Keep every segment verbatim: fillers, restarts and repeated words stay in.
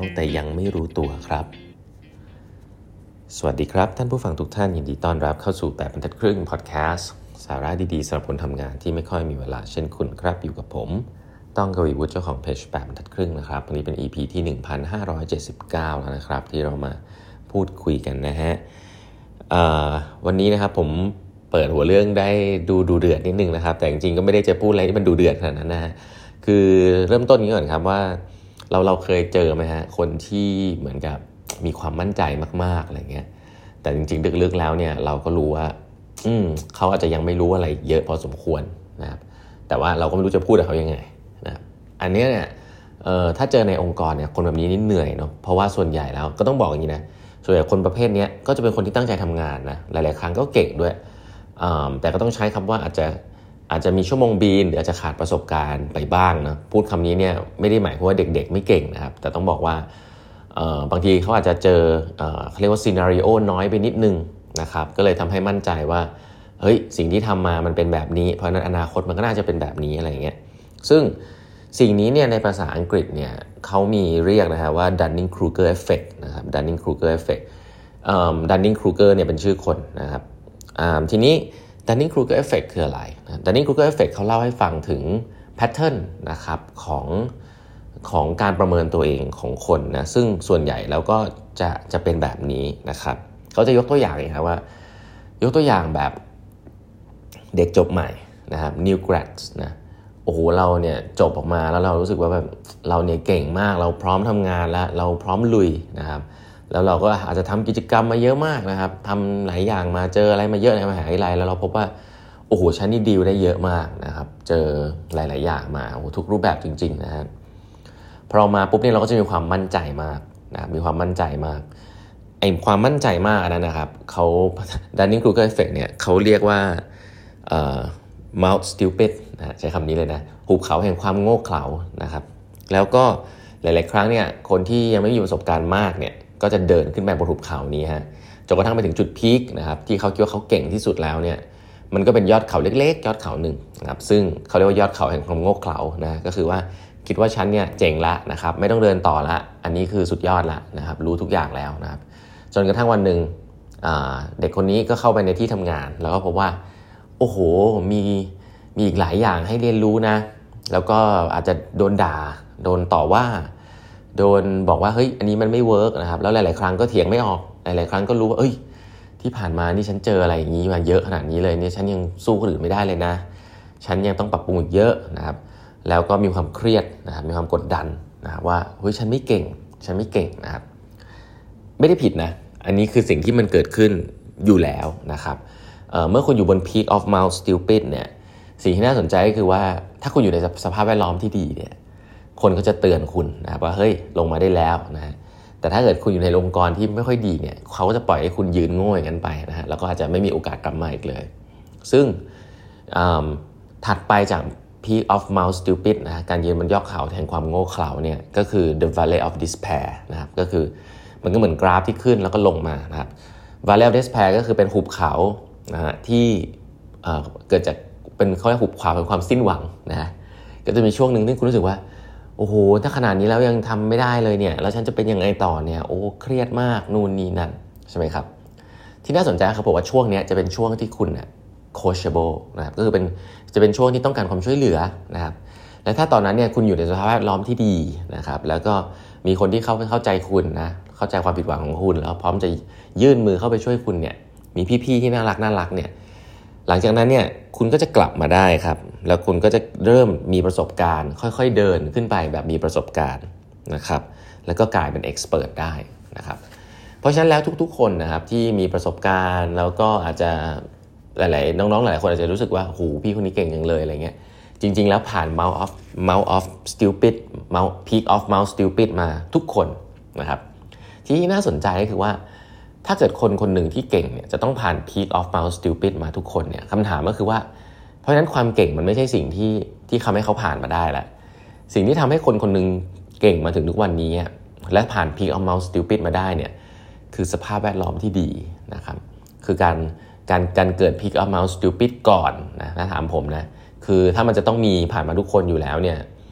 แต่ยังไม่รู้ตัวครับสวัสดีครับท่านผู้ฟังทุกท่านยินดีต้อนรับเข้าสู่แปดบรรทัดครึ่งพอดแคสต์สาระดีๆสำหรับคนทำงานที่ไม่ค่อยมีเวลาเช่นคุณครับอยู่กับผมต้องกวีวุฒิเจ้าของเพจแปดบรรทัดครึ่งนะครับวันนี้เป็น อี พี ที่ หนึ่งพันห้าร้อยเจ็ดสิบเก้า แล้วนะครับที่เรามาพูดคุยกันนะฮะวันนี้นะครับผมเปิดหัวเรื่องได้ดูดูเดือดนิดนึงนะครับแต่จริงๆก็ไม่ได้จะพูดอะไรที่มันดูเดือดขนาดนั้นนะฮะคือเริ่มต้นนี้ก่อนครับว่าเราเราเคยเจอไหมฮะคนที่เหมือนกับมีความมั่นใจมากๆอะไรเงี้ยแต่จริงๆลึกๆแล้วเนี่ยเราก็รู้ว่าอืมเขาอาจจะยังไม่รู้อะไรเยอะพอสมควรนะครับแต่ว่าเราก็ไม่รู้จะพูดกับเขายังไงนะครับอันนี้เนี่ยเอ่อถ้าเจอในองค์กรเนี่ยคนแบบนี้นี่เหนื่อยเนาะเพราะว่าส่วนใหญ่แล้วก็ต้องบอกอย่างนี้นะส่วนใหญ่คนประเภทนี้ก็จะเป็นคนที่ตั้งใจทำงานนะหลายๆครั้งก็เก่งด้วยแต่ก็ต้องใช้คำว่าอาจจะอาจจะมีชั่วโมงบินหรืออาจจะขาดประสบการณ์ไปบ้างนะพูดคำนี้เนี่ยไม่ได้หมายความว่าเด็กๆไม่เก่งนะครับแต่ต้องบอกว่าบางทีเขาอาจจะเจอเขาเรียกว่าซีนาริโอน้อยไปนิดนึงนะครับก็เลยทำให้มั่นใจว่าเฮ้ยสิ่งที่ทำมามันเป็นแบบนี้เพราะฉะนั้นอนาคตมันก็น่าจะเป็นแบบนี้อะไรอย่างเงี้ยซึ่งสิ่งนี้เนี่ยในภาษาอังกฤษเนี่ยเขามีเรียกนะฮะว่า Dunning-Kruger effect นะครับ Dunning-Kruger effect Dunning-Kruger เนี่ยเป็นชื่อคนนะครับทีนี้ Dunning-Kruger effect คืออะไร Dunning-Kruger effect เขาเล่าให้ฟังถึงแพทเทิร์นนะครับของของการประเมินตัวเองของคนนะซึ่งส่วนใหญ่แล้วก็จะจะเป็นแบบนี้นะครับเขาจะยกตัวอย่างนะครับว่ายกตัวอย่างแบบเด็กจบใหม่นะครับ new grads นะโอ้โหเราเนี่ยจบออกมาแล้วเรารู้สึกว่าแบบเราเนี่ยเก่งมากเราพร้อมทำงานแล้วเราพร้อมลุยนะครับแล้วเราก็อาจจะทำกิจกรรมมาเยอะมากนะครับทำหลายอย่างมาเจออะไรมาเยอะในมหาวิทยาลัยแล้วเราพบว่าโอ้โหฉันนี่ดีลได้เยอะมากนะครับเจอหลายๆอย่างมาโอ้ทุกรูปแบบจริงๆนะฮะพอเรามาปุ๊บเนี่ยเราก็จะมีความมั่นใจมากนะมีความมั่นใจมากไอ้ความมั่นใจมากอันนั้นนะครับเขา Dunning-Kruger effect เนี่ยเขาเรียกว่าเอ่อ mouth stupid นะใช้คำนี้เลยนะหุบเขาแห่งความโง่เขลานะครับแล้วก็หลายๆครั้งเนี่ยคนที่ยังไม่มีประสบการณ์มากเนี่ยก็จะเดินขึ้นไปบนหุบเขานี้ฮะจนกระทั่งไปถึงจุดพีคนะครับที่เขาคิดว่าเขาเก่งที่สุดแล้วเนี่ยมันก็เป็นยอดเขาเล็กๆยอดเขาหนึ่งนะครับซึ่งเขาเรียกว่ายอดเขาแห่งความโง่เขลานะก็คือว่าคิดว่าฉันเนี่ยเจ๋งละนะครับไม่ต้องเดินต่อละอันนี้คือสุดยอดละนะครับรู้ทุกอย่างแล้วนะครับจนกระทั่งวันหนึ่งเด็กคนนี้ก็เข้าไปในที่ทำงานแล้วก็พบว่าโอ้โหมีมีอีกหลายอย่างให้เรียนรู้นะแล้วก็อาจจะโดนด่าโดนต่อว่าโดนบอกว่าเฮ้ยอันนี้มันไม่เวิร์กนะครับแล้วหลายๆครั้งก็เถียงไม่ออกหลายๆครั้งก็รู้ว่าเอ้ยที่ผ่านมานี่ฉันเจออะไรอย่างนี้มาเยอะขนาดนี้เลยเนี่ยฉันยังสู้คนอื่นไม่ได้เลยนะฉันยังต้องปรับปรุงอีกเยอะนะครับแล้วก็มีความเครียดนะครับมีความกดดันนะครับว่าเฮ้ยฉันไม่เก่งฉันไม่เก่งนะครับไม่ได้ผิดนะอันนี้คือสิ่งที่มันเกิดขึ้นอยู่แล้วนะครับ เอ่อ เมื่อคุณอยู่บน peak of mouth stupid เนี่ยสิ่งที่น่าสนใจก็คือว่าถ้าคุณอยู่ในสภาพแวดล้อมที่ดีเนี่ยคนก็จะเตือนคุณนะครับว่าเฮ้ยลงมาได้แล้วนะแต่ถ้าเกิดคุณอยู่ในองค์กรที่ไม่ค่อยดีเนี่ยเขาก็จะปล่อยให้คุณยืนโง่อย่างนั้นไปนะฮะแล้วก็อาจจะไม่มีโอกาสกลับมาอีกเลยซึ่งถัดไปจาก peak of mouth stupid นะการยืนบนยอดเขาแห่งความโง่เขลาเนี่ยก็คือ the valley of despair นะครับก็คือมันก็เหมือนกราฟที่ขึ้นแล้วก็ลงมานะครับ valley of despair ก็คือเป็นหุบเขานะฮะที่เกิดจากเป็นเขาเรียกหุบเขาเป็นความสิ้นหวังนะฮะก็จะมีช่วงหนึ่งที่คุณรู้สึกว่าโอ้โหถ้าขนาดนี้แล้วยังทำไม่ได้เลยเนี่ยแล้วฉันจะเป็นยังไงต่อเนี่ยโอ้เครียดมากนู่นนี่นั่นใช่ไหมครับที่น่าสนใจครับผมว่าช่วงนี้จะเป็นช่วงที่คุณเนี่ย coachable นะครับก็คือเป็นจะเป็นช่วงที่ต้องการความช่วยเหลือนะครับและถ้าตอนนั้นเนี่ยคุณอยู่ในสภาพแวดล้อมที่ดีนะครับแล้วก็มีคนที่เข้าเข้าใจคุณนะเข้าใจความผิดหวังของคุณแล้วพร้อมจะยื่นมือเข้าไปช่วยคุณเนี่ยมีพี่ๆที่น่ารักน่ารักเนี่ยหลังจากนั้นเนี่ยคุณก็จะกลับมาได้ครับแล้วคุณก็จะเริ่มมีประสบการณ์ค่อยๆเดินขึ้นไปแบบมีประสบการณ์นะครับแล้วก็กลายเป็นเอ็กซ์เพิร์ทได้นะครับเพราะฉะนั้นแล้วทุกๆคนนะครับที่มีประสบการณ์แล้วก็อาจจะหลายๆน้องๆหลายคนอาจจะรู้สึกว่าโหพี่คนนี้เก่งจังเลยอะไรเงี้ยจริงๆแล้วผ่าน mouth of mouth of stupid mouth peak of mouth stupid มาทุกคนนะครับที่น่าสนใจก็คือว่าถ้าเกิดคนคนหนึ่งที่เก่งเนี่ยจะต้องผ่าน peak of mouth stupid มาทุกคนเนี่ยคำถามก็คือว่าเพราะฉะนั้นความเก่งมันไม่ใช่สิ่งที่ที่ทำให้เขาผ่านมาได้แล้วสิ่งที่ทำให้คนคนหนึ่งเก่งมาถึงทุกวันนี้และผ่าน peak of mouth stupid มาได้เนี่ยคือสภาพแวดล้อมที่ดีนะครับคือการการการเกิด peak of mouth stupid ก่อนนะถ้าถามผมนะคือถ้ามันจะต้องมีผ่านมาทุกคนอยู่แล้วเนี่ย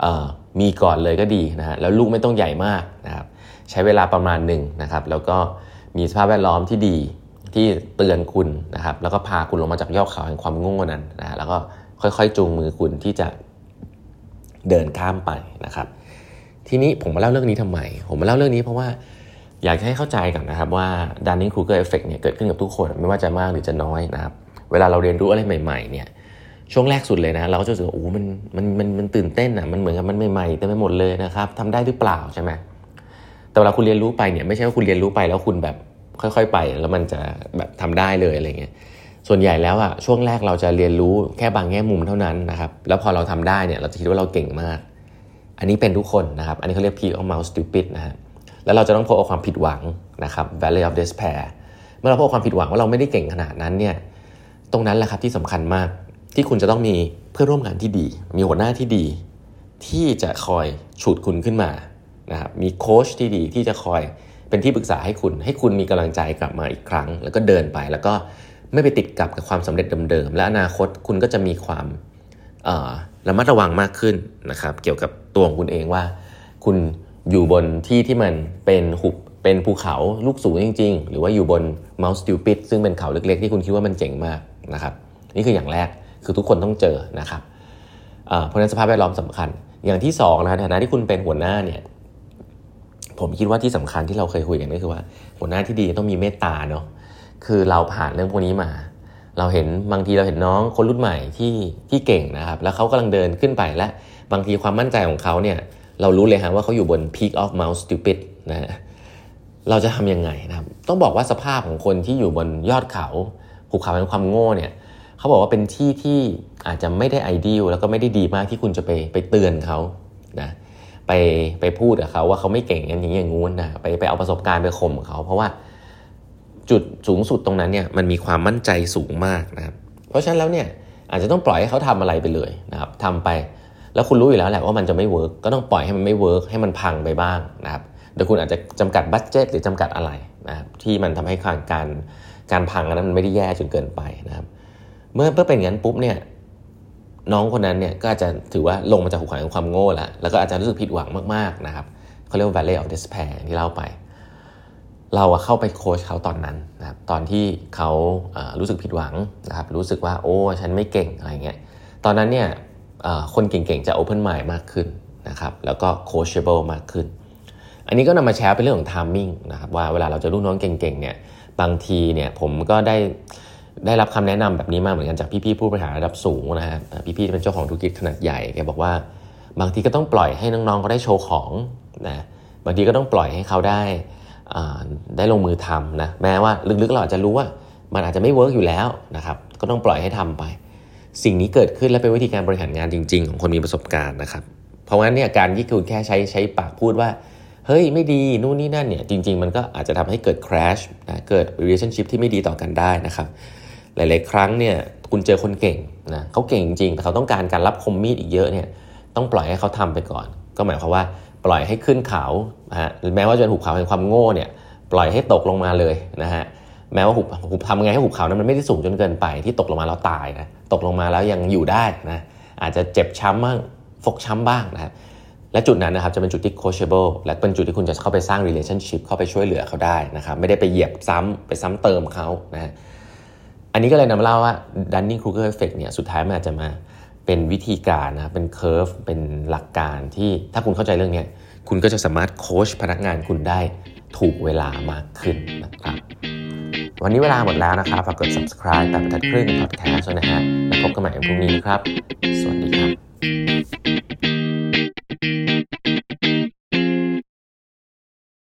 มีก่อนเลยก็ดีนะฮะแล้วลูกไม่ต้องใหญ่มากนะครับใช้เวลาประมาณหนึ่งนะครับแล้วก็มีสภาพแวดล้อมที่ดีที่เตือนคุณนะครับแล้วก็พาคุณลงมาจากยอดเขาแห่งความโง่นั้นนะฮะแล้วก็ค่อยๆจูงมือคุณที่จะเดินข้ามไปนะครับทีนี้ผมมาเล่าเรื่องนี้ทำไมผมมาเล่าเรื่องนี้เพราะว่าอยากให้เข้าใจก่อนนะครับว่า Dunning-Kruger effect เนี่ยเกิดขึ้นกับทุกคนไม่ว่าจะมากหรือจะน้อยนะครับเวลาเราเรียนรู้อะไรใหม่ๆเนี่ยช่วงแรกสุดเลยนะเราก็จะรู้สึกว่าโอ้มันมันมันมันตื่นเต้นอ่ะมันเหมือนกับมันใหม่ๆเต็มไปหมดเลยนะครับทำได้หรือเปล่าใช่ไหมแต่เวลาคุณเรียนรู้ไปเนี่ยไม่ใช่ว่าคุณเรียนรู้ไปแล้วคุณแบบค่อยๆไปแล้วมันจะแบบทำได้เลยอะไรเงี้ยส่วนใหญ่แล้วอ่ะช่วงแรกเราจะเรียนรู้แค่บางแง่มุมเท่านั้นนะครับแล้วพอเราทำได้เนี่ยเราจะคิดว่าเราเก่งมากอันนี้เป็นทุกคนนะครับอันนี้เขาเรียก peak of mouse stupid นะฮะแล้วเราจะต้องพบกับความผิดหวังนะครับ valley of despair เมื่อเราพบกับความผิดหวังว่าเราไม่ได้เก่งขนาดนั้นเนี่ยตรงนั้นแหละครับที่สำคัญมากที่คุณจะต้องมีเพื่อนร่วมงานที่ดีมีหัวหน้าที่ดีที่จะคอยฉุดคุณขึ้นมานะครับมีโค้ชที่ดีที่จะคอยเป็นที่ปรึกษาให้คุณให้คุณมีกำลังใจกลับมาอีกครั้งแล้วก็เดินไปแล้วก็ไม่ไปติดกับกับความสำเร็จเดิมๆและอนาคตคุณก็จะมีความระมัดระวังมากขึ้นนะครับเกี่ยวกับตัวของคุณเองว่าคุณอยู่บนที่ที่มันเป็นหุบเป็นภูเขาลูกสูงจริงๆหรือว่าอยู่บน Mount Stupid ซึ่งเป็นเขาเล็กๆที่คุณคิดว่ามันเจ๋งมากนะครับนี่คืออย่างแรกคือทุกคนต้องเจอนะครับเพราะฉะนั้นสภาพแวดล้อมสำคัญอย่างที่สองนะในฐานะที่คุณเป็นหัวหน้าเนี่ยผมคิดว่าที่สำคัญที่เราเคยคุยกันก็คือว่าหัวหน้าที่ดีต้องมีเมตตาเนาะคือเราผ่านเรื่องพวกนี้มาเราเห็นบางทีเราเห็นน้องคนรุ่นใหม่ที่ที่เก่งนะครับแล้วเขากำลังเดินขึ้นไปและบางทีความมั่นใจของเขาเนี่ยเรารู้เลยฮะว่าเขาอยู่บน peak of Mount Stupid นะฮะเราจะทำยังไงนะครับต้องบอกว่าสภาพของคนที่อยู่บนยอดเขาภูเขาแห่งความโง่เนี่ยเขาบอกว่าเป็นที่ที่อาจจะไม่ได้ไอเดียลแล้วก็ไม่ได้ดีมากที่คุณจะไปไปเตือนเขานะไปไปพูดกับเขาว่าเขาไม่เก่งอย่างนี้อย่างงู้นนะไปไปเอาประสบการณ์ไปข่มเขาเพราะว่าจุดสูงสุดตรงนั้นเนี่ยมันมีความมั่นใจสูงมากนะครับเพราะฉะนั้นแล้วเนี่ยอาจจะต้องปล่อยให้เขาทำอะไรไปเลยนะครับทำไปแล้วคุณรู้อยู่แล้วแหละว่ามันจะไม่เวิร์กก็ต้องปล่อยให้มันไม่เวิร์กให้มันพังไปบ้างนะครับโดยคุณอาจจะจำกัดบัดเจ็ตหรือจำกัดอะไรนะครับที่มันทำให้การการการพังนั้นมันไม่ได้แย่จนเกินไปนะครับเมื่อเมื่อเป็นอย่างนั้นปุ๊บเนี่ยน้องคนนั้นเนี่ยก็อาจจะถือว่าลงมาจากหุบเขาแห่งความโง่แล้วแล้วก็อาจจะรู้สึกผิดหวังมากๆนะครับเขาเรียกว่า valley of despair ที่เล่าไปเราเข้าไปโค้ชเขาตอนนั้นนะครับตอนที่เขารู้สึกผิดหวังนะครับรู้สึกว่าโอ้ฉันไม่เก่งอะไรเงี้ยตอนนั้นเนี่ยคนเก่งๆจะ open mind มากขึ้นนะครับแล้วก็ coachable มากขึ้นอันนี้ก็นำมาแชร์เป็นเรื่องของ timing นะครับว่าเวลาเราจะลูกน้องเก่งๆเนี่ยบางทีเนี่ยผมก็ได้ได้รับคำแนะนำแบบนี้มาเหมือนกันจากพี่ๆผู้บริหารระดับสูงนะฮะพี่ๆที่เป็นเจ้าของธุรกิจขนาดใหญ่แกบอกว่าบางทีก็ต้องปล่อยให้น้องๆเขาได้โชว์ของนะบางทีก็ต้องปล่อยให้เขาได้ได้ลงมือทำนะแม้ว่าลึกๆเราอาจจะรู้ว่ามันอาจจะไม่เวิร์กอยู่แล้วนะครับก็ต้องปล่อยให้ทำไปสิ่งนี้เกิดขึ้นและเป็นวิธีการบริหารงานจริงๆของคนมีประสบการณ์นะครับเพราะงั้นเนี่ยการที่คุณแค่ใช้ใช้ปากพูดว่าเฮ้ยไม่ดีนู่นนี่นั่นเนี่ยจริงๆมันก็อาจจะทำให้เกิด crash นะเกิด relationship ที่ไม่ดีต่อกันได้นะครับหลายๆครั้งเนี่ยคุณเจอคนเก่งนะเขาเก่งจริงแต่เขาต้องการการรับคมมีดอีกเยอะเนี่ยต้องปล่อยให้เขาทำไปก่อนก็หมายความว่าปล่อยให้ขึ้นเขาฮะแม้ว่าจะหุบเขาแห่งความโง่เนี่ยปล่อยให้ตกลงมาเลยนะฮะแม้ว่าหุบหุบทำไงให้หุบเขานั้นมันไม่ได้สูงจนเกินไปที่ตกลงมาแล้วตายนะตกลงมาแล้วยังอยู่ได้นะอาจจะเจ็บช้ำบ้างฟกช้ำบ้างนะและจุดนั้นนะครับจะเป็นจุดที่ coachable และเป็นจุดที่คุณจะเข้าไปสร้าง relationship เข้าไปช่วยเหลือเขาได้นะครับไม่ได้ไปเหยียบซ้ำไปซ้ำเติมเขานะฮะอันนี้ก็เลยนำมาเล่าว่า Dunning-Kruger effect เนี่ยสุดท้ายมันอาจจะมาเป็นวิธีการนะเป็น curve เป็นหลักการที่ถ้าคุณเข้าใจเรื่องนี้คุณก็จะสามารถโค้ชพนักงานคุณได้ถูกเวลามากขึ้นนะครับวันนี้เวลาหมดแล้วนะครับฝากกด subscribe แปดบรรทัดครึ่ง podcast ด้วยนะฮะแล้วพบกันใหม่ในพรุ่งนี้นะครับสวัสดี